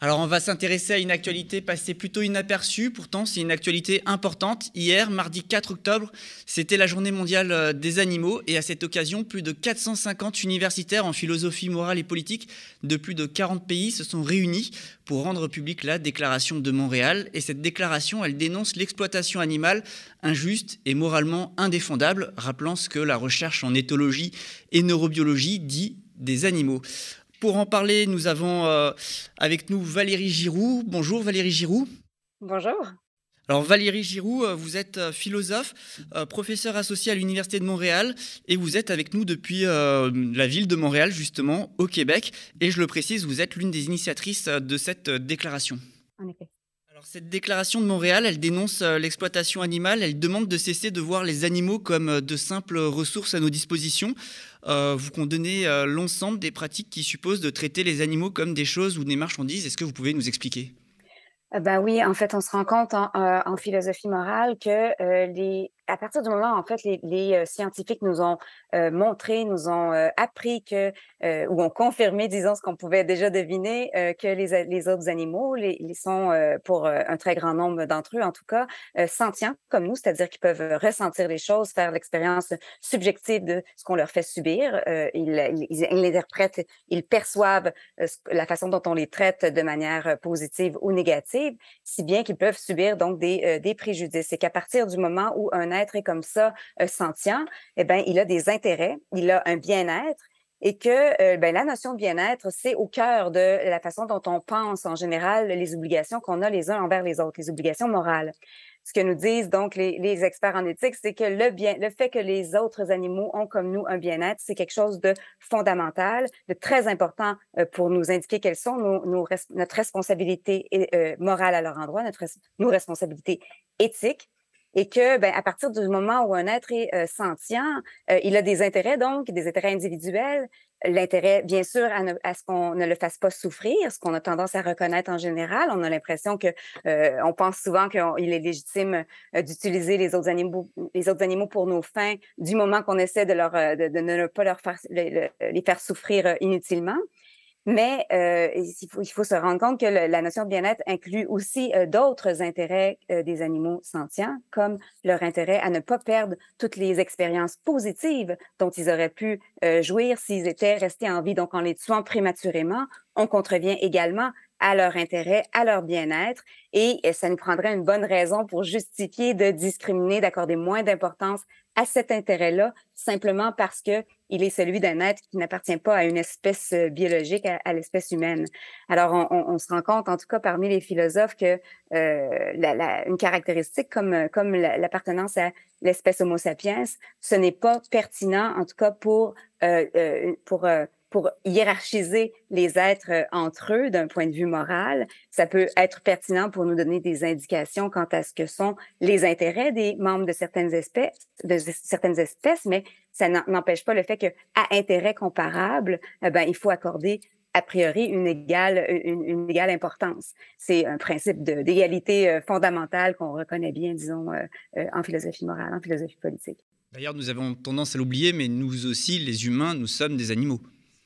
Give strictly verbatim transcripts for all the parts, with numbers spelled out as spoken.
Alors, on va s'intéresser à une actualité passée plutôt inaperçue. Pourtant, c'est une actualité importante. Hier, mardi quatre octobre, c'était la journée mondiale euh, des animaux. Et à cette occasion, plus de quatre cent cinquante universitaires en philosophie morale et politique de plus de quarante pays se sont réunis pour rendre publique la déclaration de Montréal. Et cette déclaration, elle dénonce l'exploitation animale injuste et moralement indéfendable, rappelant ce que la recherche en éthologie et neurobiologie dit des animaux. Pour en parler, nous avons euh, avec nous Valérie Giroux. Bonjour Valérie Giroux. Bonjour. Alors Valérie Giroux, euh, vous êtes euh, philosophe, euh, professeur associé à l'Université de Montréal et vous êtes avec nous depuis euh, la ville de Montréal, justement, au Québec. Et je le précise, vous êtes l'une des initiatrices euh, de cette euh, déclaration. En effet. Alors, cette déclaration de Montréal, elle dénonce euh, l'exploitation animale, elle demande de cesser de voir les animaux comme euh, de simples ressources à nos dispositions. Euh, vous condamnez euh, l'ensemble des pratiques qui supposent de traiter les animaux comme des choses ou des marchandises. Est-ce que vous pouvez nous expliquer ? Euh, ben oui, en fait, on se rend compte en, euh, en philosophie morale que euh, les, à partir du moment, en fait, les, les euh, scientifiques nous ont euh, montré, nous ont euh, appris que, euh, ou ont confirmé, disons, ce qu'on pouvait déjà deviner, euh, que les, les autres animaux, les, les sont, euh, pour euh, un très grand nombre d'entre eux, en tout cas, euh, sentients comme nous, c'est-à-dire qu'ils peuvent ressentir les choses, faire l'expérience subjective de ce qu'on leur fait subir. Euh, ils, ils, ils l'interprètent, ils perçoivent euh, la façon dont on les traite de manière positive ou négative, si bien qu'ils peuvent subir donc des, euh, des préjudices. Et qu'à partir du moment où un être est comme ça, euh, sentient, eh ben, il a des intérêts, il a un bien-être, et que euh, ben, la notion de bien-être, c'est au cœur de la façon dont on pense en général les obligations qu'on a les uns envers les autres, les obligations morales. Ce que nous disent donc les, les experts en éthique, c'est que le bien, le fait que les autres animaux ont comme nous un bien-être, c'est quelque chose de fondamental, de très important euh, pour nous indiquer quelles sont nos, nos, notre responsabilité euh, morale à leur endroit, notre, nos responsabilités éthiques. Et que, ben, à partir du moment où un être est euh, sentient, euh, il a des intérêts, donc, des intérêts individuels, l'intérêt, bien sûr, à, ne, à ce qu'on ne le fasse pas souffrir, ce qu'on a tendance à reconnaître en général. On a l'impression que, euh, on pense souvent qu'il est légitime euh, d'utiliser les autres animaux, les autres animaux pour nos fins, du moment qu'on essaie de leur, de, de ne pas leur faire, les, les faire souffrir inutilement. Mais euh, il, faut, il faut se rendre compte que le, la notion de bien-être inclut aussi euh, d'autres intérêts euh, des animaux sentients, comme leur intérêt à ne pas perdre toutes les expériences positives dont ils auraient pu euh, jouir s'ils étaient restés en vie. Donc, en les tuant prématurément, on contrevient également à leur intérêt, à leur bien-être, et, et ça nous prendrait une bonne raison pour justifier de discriminer, d'accorder moins d'importance à cet intérêt-là, simplement parce que il est celui d'un être qui n'appartient pas à une espèce biologique, à, à l'espèce humaine. Alors, on, on, on se rend compte, en tout cas parmi les philosophes, que euh, la, la, une caractéristique comme, comme l'appartenance à l'espèce Homo sapiens, ce n'est pas pertinent, en tout cas pour euh, euh, pour euh, pour hiérarchiser les êtres euh, entre eux d'un point de vue moral. Ça peut être pertinent pour nous donner des indications quant à ce que sont les intérêts des membres de certaines espèces, de certaines espèces, mais ça n'empêche pas le fait qu'à intérêt comparable, eh ben, il faut accorder a priori une égale, une, une égale importance. C'est un principe d'égalité euh, fondamentale qu'on reconnaît bien, disons, euh, euh, en philosophie morale, en philosophie politique. D'ailleurs, nous avons tendance à l'oublier, mais nous aussi, les humains, nous sommes des animaux.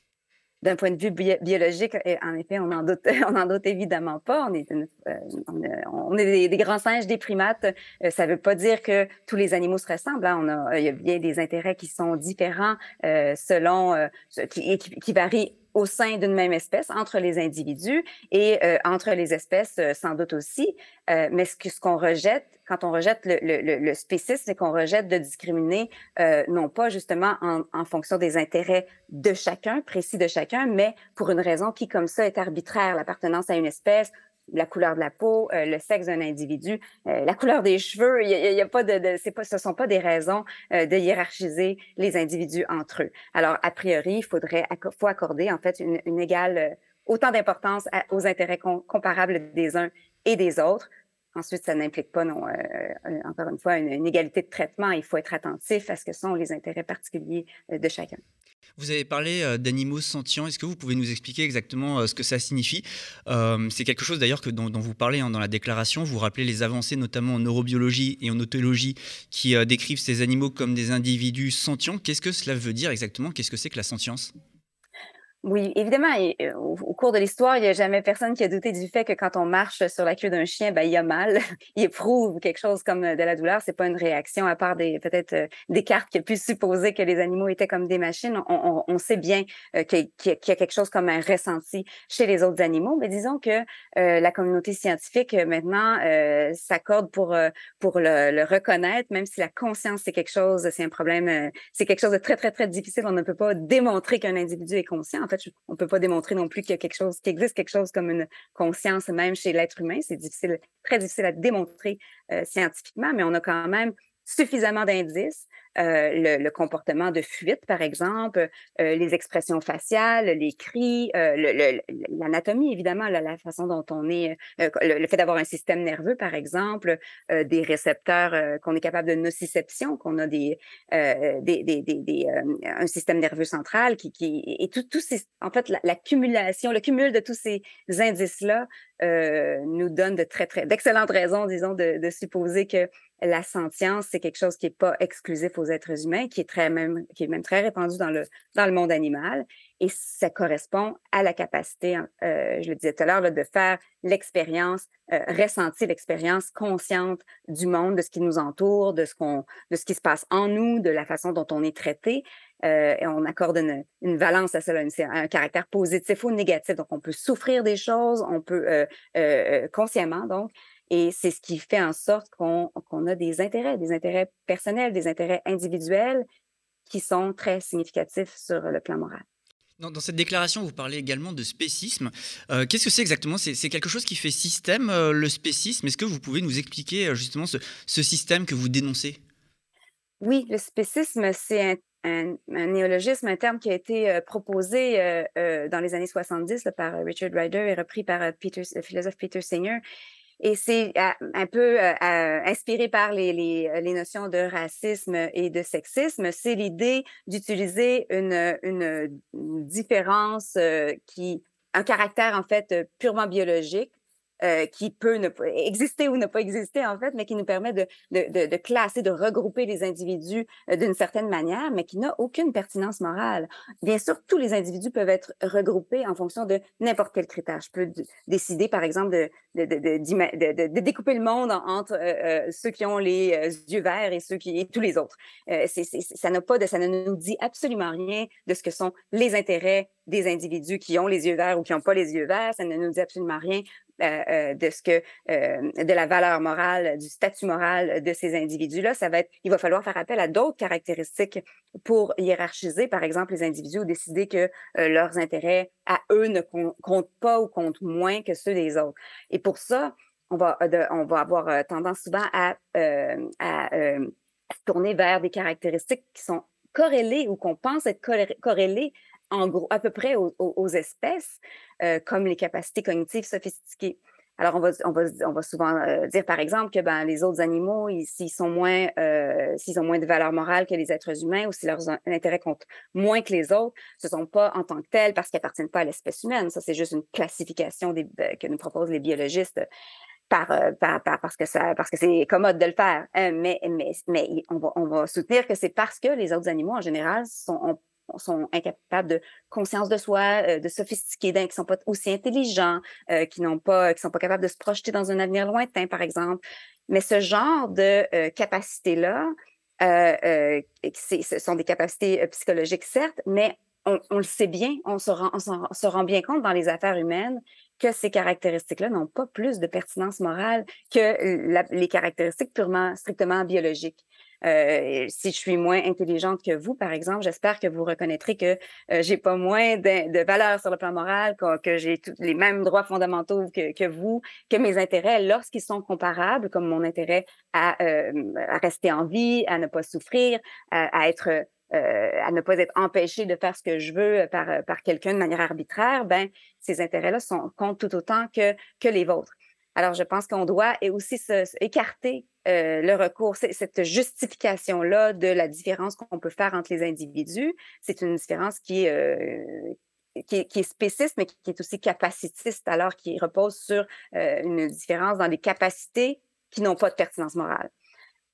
D'un point de vue bi biologique, en effet, on n'en doute, on n'en doute évidemment pas. On est, une, euh, on, on est des, des grands singes, des primates. Euh, ça ne veut pas dire que tous les animaux se ressemblent. Hein. On a, il y a bien des intérêts qui sont différents euh, selon, euh, qui, qui, qui varient au sein d'une même espèce, entre les individus et euh, entre les espèces, euh, sans doute aussi. Euh, mais ce que ce qu'on rejette, quand on rejette le, le, le spécisme, c'est qu'on rejette de discriminer, euh, non pas justement en, en fonction des intérêts de chacun, précis de chacun, mais pour une raison qui, comme ça, est arbitraire, l'appartenance à une espèce, la couleur de la peau, euh, le sexe d'un individu, euh, la couleur des cheveux. Il y a, il y a pas de, de c'est pas, ce sont pas des raisons euh, de hiérarchiser les individus entre eux. Alors, a priori, il faudrait, faut accorder en fait une, une égale, euh, autant d'importance aux intérêts com comparables des uns et des autres. Ensuite, ça n'implique pas, non, euh, euh, encore une fois, une, une égalité de traitement. Il faut être attentif à ce que sont les intérêts particuliers euh, de chacun. Vous avez parlé euh, d'animaux sentients. Est-ce que vous pouvez nous expliquer exactement euh, ce que ça signifie? euh, C'est quelque chose d'ailleurs que dont, dont vous parlez hein, dans la déclaration. Vous rappelez les avancées notamment en neurobiologie et en otologie qui euh, décrivent ces animaux comme des individus sentients. Qu'est-ce que cela veut dire exactement? Qu'est-ce que c'est que la sentience? Oui, évidemment et heu, au au cours de l'histoire, il y a jamais personne qui a douté du fait que quand on marche sur la queue d'un chien, ben, il y a mal. Il éprouve quelque chose comme, heu, de la douleur. C'est pas une réaction à part des peut-être, heu, Descartes qui a pu supposer que les animaux étaient comme des machines. On on on sait bien, heu, qu'il qu'il y a qu'il y a quelque chose comme un ressenti chez les autres animaux, mais disons que, heu, la communauté scientifique, heu, maintenant, heu, s'accorde pour, heu, pour le le reconnaître, même si la conscience, c'est quelque chose c'est un problème, heu, c'est quelque chose de très, très, très difficile. On ne peut pas démontrer qu'un individu est conscient. En fait, je on peut pas démontrer non plus qu'il y a quelque chose qu'il existe quelque chose comme une conscience même chez l'être humain. C'est difficile, très difficile à démontrer, heu, scientifiquement, mais on a quand même suffisamment d'indices, heu, le le comportement de fuite, par exemple, heu, les expressions faciales, les cris, heu, le le l'anatomie évidemment, la la façon dont on est, heu, le le fait d'avoir un système nerveux, par exemple, heu, des récepteurs, heu, qu'on est capable de nociception, qu'on a des, heu, des des des des, hem, un système nerveux central qui qui et tout tous ces en fait, la l'accumulation, le cumul de tous ces indices-là, heu, nous donne de très, très d'excellentes raisons, disons, de de supposer que la sentience, c'est quelque chose qui est pas exclusif aux êtres humains, qui est très même qui est même très répandu dans le dans le monde animal et ça correspond à la capacité, hein, heu, je le disais tout à l'heure, là, de faire l'expérience, heu, ressentir l'expérience consciente du monde, de ce qui nous entoure, de ce qu'on de ce qui se passe en nous, de la façon dont on est traité. Euh, et on accorde une, une valence à cela, une- un caractère positif ou négatif. Donc, on peut souffrir des choses, on peut euh, euh, euh, consciemment, donc, et c'est ce qui fait en sorte qu'on qu'on a des intérêts, des intérêts personnels, des intérêts individuels qui sont très significatifs sur le plan moral. Dans, dans cette déclaration, vous parlez également de spécisme. Euh, Qu'est-ce que c'est exactement? C'est c'est quelque chose qui fait système, euh, le spécisme. Est-ce que vous pouvez nous expliquer euh, justement ce, ce système que vous dénoncez? Oui, le spécisme, c'est un, un- un néologisme, un terme qui a été euh, proposé euh, euh, dans les années soixante-dix là, par euh, Richard Ryder et repris par euh, Peter, le philosophe Peter Singer. Et c'est euh, un peu euh, euh, inspiré par les, les, euh, les notions de racisme et de sexisme. C'est l'idée d'utiliser une, une, une différence euh, qui, un caractère en fait euh, purement biologique. Euh, qui peut ne pas exister ou ne pas exister en fait, mais qui nous permet de, de, de, de classer, de regrouper les individus euh, d'une certaine manière, mais qui n'a aucune pertinence morale. Bien sûr, tous les individus peuvent être regroupés en fonction de n'importe quel critère. Je peux décider, par exemple, de, de, de, de, de, de, de découper le monde entre euh, euh, ceux qui ont les euh, yeux verts et ceux qui et tous les autres. Euh, c'est, c'est, ça n'a pas de, ça ne nous dit absolument rien de ce que sont les intérêts des individus qui ont les yeux verts ou qui n'ont pas les yeux verts. Ça ne nous dit absolument rien euh, euh, de ce que euh, de la valeur morale, du statut moral de ces individus-là. Ça va être, il va falloir faire appel à d'autres caractéristiques pour hiérarchiser, par exemple, les individus ou décider que euh, leurs intérêts à eux ne com- comptent pas ou comptent moins que ceux des autres. Et pour ça, on va, de, on va avoir euh, tendance souvent à, euh, à euh, se tourner vers des caractéristiques qui sont corrélées ou qu'on pense être corrélées en gros, à peu près aux, aux, aux espèces, euh, comme les capacités cognitives sophistiquées. Alors, on va, on va, on va souvent euh, dire, par exemple, que ben, les autres animaux, ils, s'ils sont moins, euh, s'ils ont moins de valeur morale que les êtres humains ou si leurs intérêts comptent moins que les autres, ce ne sont pas en tant que tels parce qu'ils appartiennent pas à l'espèce humaine. Ça, c'est juste une classification des, euh, que nous proposent les biologistes par, euh, par, par- parce que ça, parce que c'est commode de le faire. Euh, mais, mais, mais on va, on va soutenir que c'est parce que les autres animaux, en général, sont, ont- sont incapables de conscience de soi, euh, de sophistiquer, qui sont pas aussi intelligents, euh, qui n'ont pas, qui sont pas capables de se projeter dans un avenir lointain, par exemple. Mais ce genre de euh, capacité-là, euh, euh, c'est- ce sont des capacités euh, psychologiques, certes, mais on, on le sait bien, on se rend, on s'en- se rend bien compte dans les affaires humaines que ces caractéristiques-là n'ont pas plus de pertinence morale que la, les caractéristiques purement, strictement biologiques. Euh, si je suis moins intelligente que vous, par exemple, j'espère que vous reconnaîtrez que euh, j'ai pas moins de, de valeur sur le plan moral, que, que j'ai tous les mêmes droits fondamentaux que, que vous, que mes intérêts, lorsqu'ils sont comparables, comme mon intérêt à, euh, à rester en vie, à ne pas souffrir, à, à être euh, à ne pas être empêché de faire ce que je veux par, par quelqu'un de manière arbitraire, ben ces intérêts-là sont, comptent tout autant que, que les vôtres. Alors, je pense qu'on doit et aussi se, se écarter euh, le recours, cette justification-là de la différence qu'on peut faire entre les individus. C'est une différence qui est, euh, qui est, qui est spéciste, mais qui est aussi capacitiste, alors qui repose sur euh, une différence dans les capacités qui n'ont pas de pertinence morale.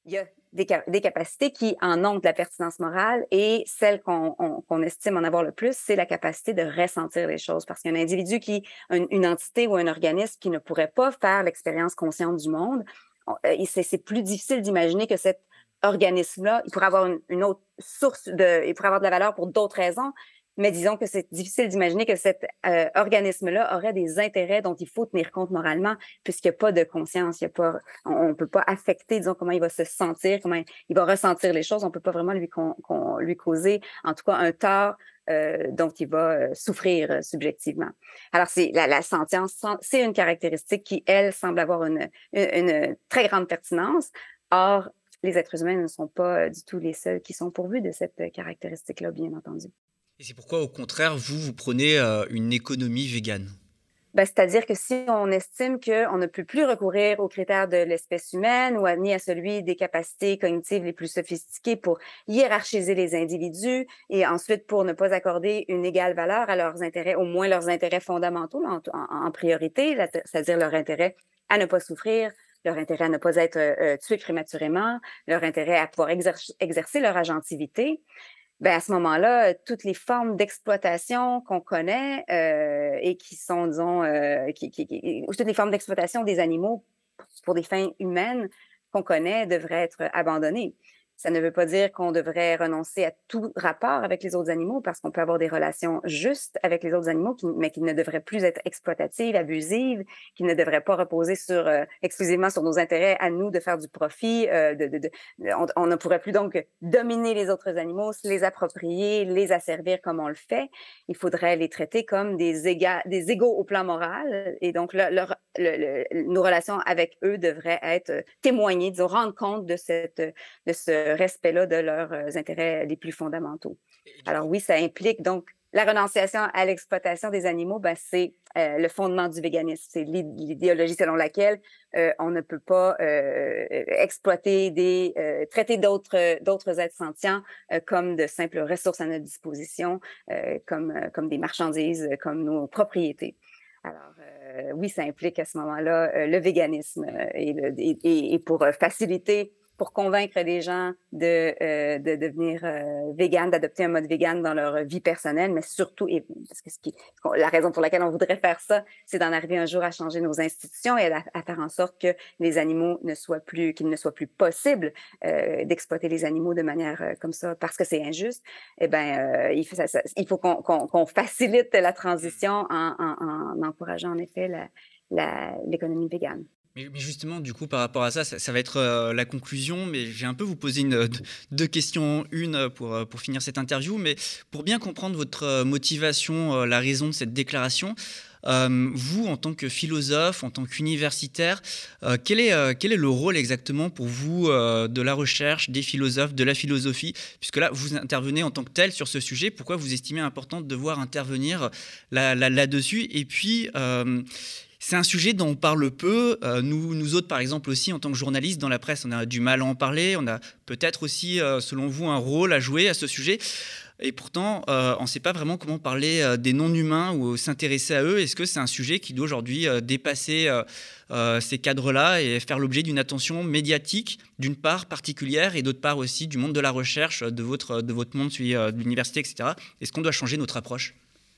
il y a des, ca- des capacités qui en ont de la pertinence morale et celle qu'on on- qu'on estime en avoir le plus, c'est la capacité de ressentir les choses. Parce qu'un individu qui, une, une entité ou un organisme qui ne pourrait pas faire l'expérience consciente du monde, on- euh, et c'est c'est plus difficile d'imaginer que cet organisme-là, il pourrait avoir une, une autre source de, il pourrait avoir de la valeur pour d'autres raisons, mais disons que c'est difficile d'imaginer que cet euh, organisme-là aurait des intérêts dont il faut tenir compte moralement, puisqu'il n'y a pas de conscience, il y a pas, on ne peut pas affecter, disons, comment il va se sentir, comment il va ressentir les choses. On ne peut pas vraiment lui, con, con, lui causer, en tout cas, un tort euh, dont il va euh, souffrir euh, subjectivement. Alors, c'est la, la sentience, c'est une caractéristique qui, elle, semble avoir une, une, une très grande pertinence. Or, les êtres humains ne sont pas euh, du tout les seuls qui sont pourvus de cette euh, caractéristique-là, bien entendu. Et c'est pourquoi, au contraire, vous, vous prenez euh, une économie végane. Ben, c'est-à-dire que si on estime qu'on ne peut plus recourir aux critères de l'espèce humaine ou à, ni à celui des capacités cognitives les plus sophistiquées pour hiérarchiser les individus et ensuite pour ne pas accorder une égale valeur à leurs intérêts, au moins leurs intérêts fondamentaux en, en, en priorité, c'est-à-dire leur intérêt à ne pas souffrir, leur intérêt à ne pas être euh, tué prématurément, leur intérêt à pouvoir exer- exercer leur agentivité, ben à ce moment-là, euh, toutes les formes d'exploitation qu'on connaît euh, et qui sont, disons, euh, qui, qui, qui, toutes les formes d'exploitation des animaux pour des fins humaines qu'on connaît devraient être abandonnées. Ça ne veut pas dire qu'on devrait renoncer à tout rapport avec les autres animaux parce qu'on peut avoir des relations justes avec les autres animaux, qui, mais qui ne devraient plus être exploitatives, abusives, qui ne devraient pas reposer sur euh, exclusivement sur nos intérêts à nous de faire du profit. Euh, de, de, de, on, on ne pourrait plus donc dominer les autres animaux, se les approprier, les asservir comme on le fait. Il faudrait les traiter comme des, éga, des égaux au plan moral. Et donc, leur, leur, le, le, nos relations avec eux devraient être témoignées, disons, rendre compte de cette de ce respect-là de leurs euh, intérêts les plus fondamentaux. Et, et du Alors coup, oui, ça implique donc la renonciation à l'exploitation des animaux, ben, c'est euh, le fondement du véganisme. C'est l'idéologie selon laquelle euh, on ne peut pas euh, exploiter des, euh, traiter d'autres d'autres êtres sentients euh, comme de simples ressources à notre disposition, euh, comme, euh, comme des marchandises, comme nos propriétés. Alors, euh, oui, ça implique à ce moment-là euh, le véganisme euh, et, le, et, et pour euh, faciliter pour convaincre les gens de, euh, de devenir euh, vegan, d'adopter un mode vegan dans leur vie personnelle, mais surtout, et, parce que ce qui, la raison pour laquelle on voudrait faire ça, c'est d'en arriver un jour à changer nos institutions et à, à faire en sorte que les animaux ne soient plus, qu'il ne soit plus possible euh, d'exploiter les animaux de manière euh, comme ça parce que c'est injuste. Eh ben, euh, il faut, ça, ça, il faut qu'on, qu'on, qu'on facilite la transition en, en, en encourageant en effet la, la, l'économie végane. Mais, mais justement, du coup, par rapport à ça, ça, ça va être euh, la conclusion, mais je vais un peu vous poser une, deux, deux questions, une pour, euh, pour finir cette interview, mais pour bien comprendre votre euh, motivation, euh, la raison de cette déclaration, euh, vous, en tant que philosophe, en tant qu'universitaire, euh, quel est, euh, quel est le rôle exactement pour vous euh, de la recherche, des philosophes, de la philosophie, puisque là, vous intervenez en tant que tel sur ce sujet, pourquoi vous estimez important de devoir intervenir là, là, là-dessus, et puis... Euh, c'est un sujet dont on parle peu. Euh, nous, nous autres, par exemple, aussi, en tant que journalistes dans la presse, on a du mal à en parler. On a peut-être aussi, euh, selon vous, un rôle à jouer à ce sujet. Et pourtant, euh, on ne sait pas vraiment comment parler euh, des non-humains ou s'intéresser à eux. Est-ce que c'est un sujet qui doit aujourd'hui euh, dépasser euh, euh, ces cadres-là et faire l'objet d'une attention médiatique, d'une part particulière, et d'autre part aussi du monde de la recherche, de votre, de votre monde, celui euh, de l'université, et cetera. Est-ce qu'on doit changer notre approche ?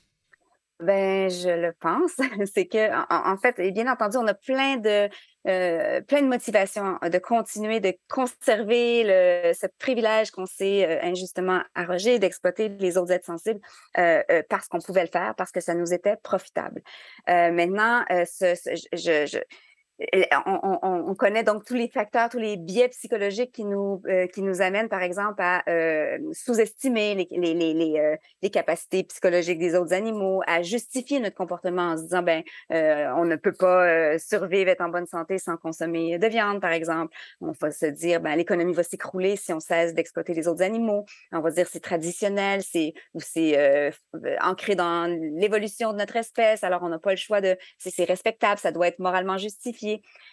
Ben, je le pense. C'est que, en, en fait, et bien entendu, on a plein de, euh, plein de motivations de continuer de conserver le, ce privilège qu'on s'est euh, injustement arrogé, d'exploiter les autres êtres sensibles euh, euh, parce qu'on pouvait le faire, parce que ça nous était profitable. Euh, maintenant, euh, ce, ce, je, je, on, on, on, connaît donc tous les facteurs, tous les biais psychologiques qui nous, euh, qui nous amènent, par exemple, à euh, sous-estimer les, les, les, les, euh, les capacités psychologiques des autres animaux, à justifier notre comportement en se disant, ben, euh, on ne peut pas euh, survivre, être en bonne santé sans consommer de viande, par exemple. On va se dire, ben, l'économie va s'écrouler si on cesse d'exploiter les autres animaux. On va se dire, c'est traditionnel, c'est ou c'est euh, ancré dans l'évolution de notre espèce, alors on n'a pas le choix de, c'est respectable, ça doit être moralement justifié.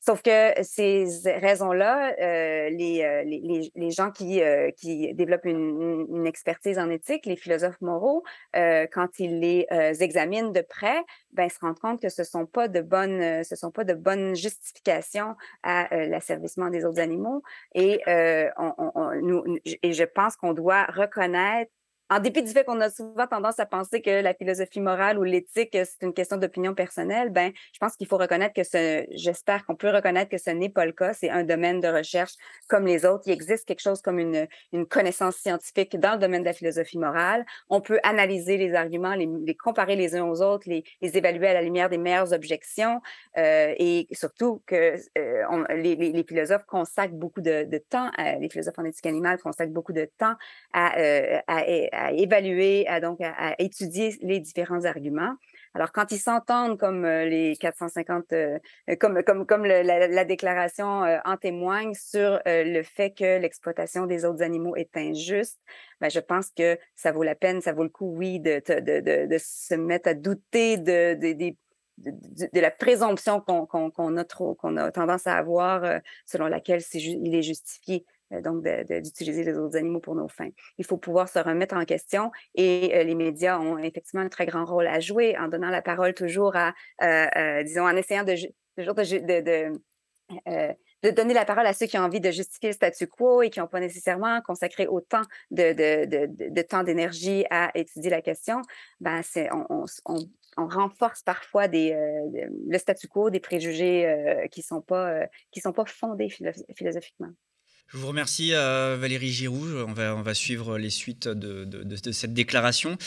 Sauf que ces raisons-là, euh, les, euh, les, les, les gens qui, euh, qui développent une, une expertise en éthique, les philosophes moraux, euh, quand ils les euh, examinent de près, ben, se rendent compte que ce sont pas de bonnes, euh, ce sont pas de bonnes justifications à euh, l'asservissement des autres animaux. Et, euh, on, on, on, nous, et je pense qu'on doit reconnaître, en dépit du fait qu'on a souvent tendance à penser que la philosophie morale ou l'éthique, c'est une question d'opinion personnelle, ben, je pense qu'il faut reconnaître que ce, j'espère qu'on peut reconnaître que ce n'est pas le cas. C'est un domaine de recherche comme les autres. Il existe quelque chose comme une, une connaissance scientifique dans le domaine de la philosophie morale. On peut analyser les arguments, les, les comparer les uns aux autres, les, les évaluer à la lumière des meilleures objections, euh, et surtout que euh, on, les, les, les philosophes consacrent beaucoup de, de temps, à, les philosophes en éthique animale consacrent beaucoup de temps à, euh, à, à évaluer, à, donc à, à étudier les différents arguments. Alors, quand ils s'entendent comme euh, les quatre cent cinquante, euh, comme, comme, comme le, la, la déclaration euh, en témoigne sur euh, le fait que l'exploitation des autres animaux est injuste, ben, je pense que ça vaut la peine, ça vaut le coup, oui, de, de, de, de se mettre à douter de, de, de, de, de, de la présomption qu'on qu'on, qu'on a trop, qu'on a tendance à avoir, euh, selon laquelle c'est ju- il est justifié donc de, de, d'utiliser les autres animaux pour nos fins. Il faut pouvoir se remettre en question et euh, les médias ont effectivement un très grand rôle à jouer en donnant la parole toujours à, euh, euh, disons, en essayant de, toujours de, de, de euh, de donner la parole à ceux qui ont envie de justifier le statu quo et qui n'ont pas nécessairement consacré autant de, de, de, de, de temps, d'énergie à étudier la question, ben c'est, on, on, on, on renforce parfois des, euh, le statu quo, des préjugés euh, qui ne sont, euh, qui sont pas fondés philo- philosophiquement. Je vous remercie, euh, Valérie Giroux. On va, on va suivre les suites de, de, de, de cette déclaration.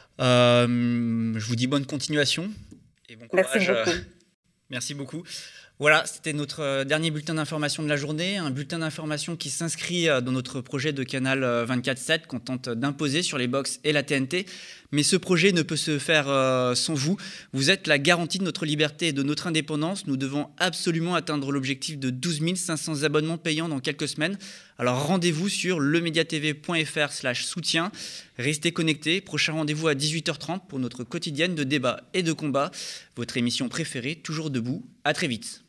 Euh, je vous dis bonne continuation et bon Merci courage. beaucoup. Merci beaucoup. Voilà, c'était notre dernier bulletin d'information de la journée, un bulletin d'information qui s'inscrit dans notre projet de Canal vingt-quatre sept qu'on tente d'imposer sur les box et la T N T. Mais ce projet ne peut se faire sans vous. Vous êtes la garantie de notre liberté et de notre indépendance. Nous devons absolument atteindre l'objectif de douze mille cinq cents abonnements payants dans quelques semaines. Alors rendez-vous sur lemediatv.fr slash soutien. Restez connectés. Prochain rendez-vous à dix-huit heures trente pour notre quotidienne de débat et de combat. Votre émission préférée, toujours debout. À très vite.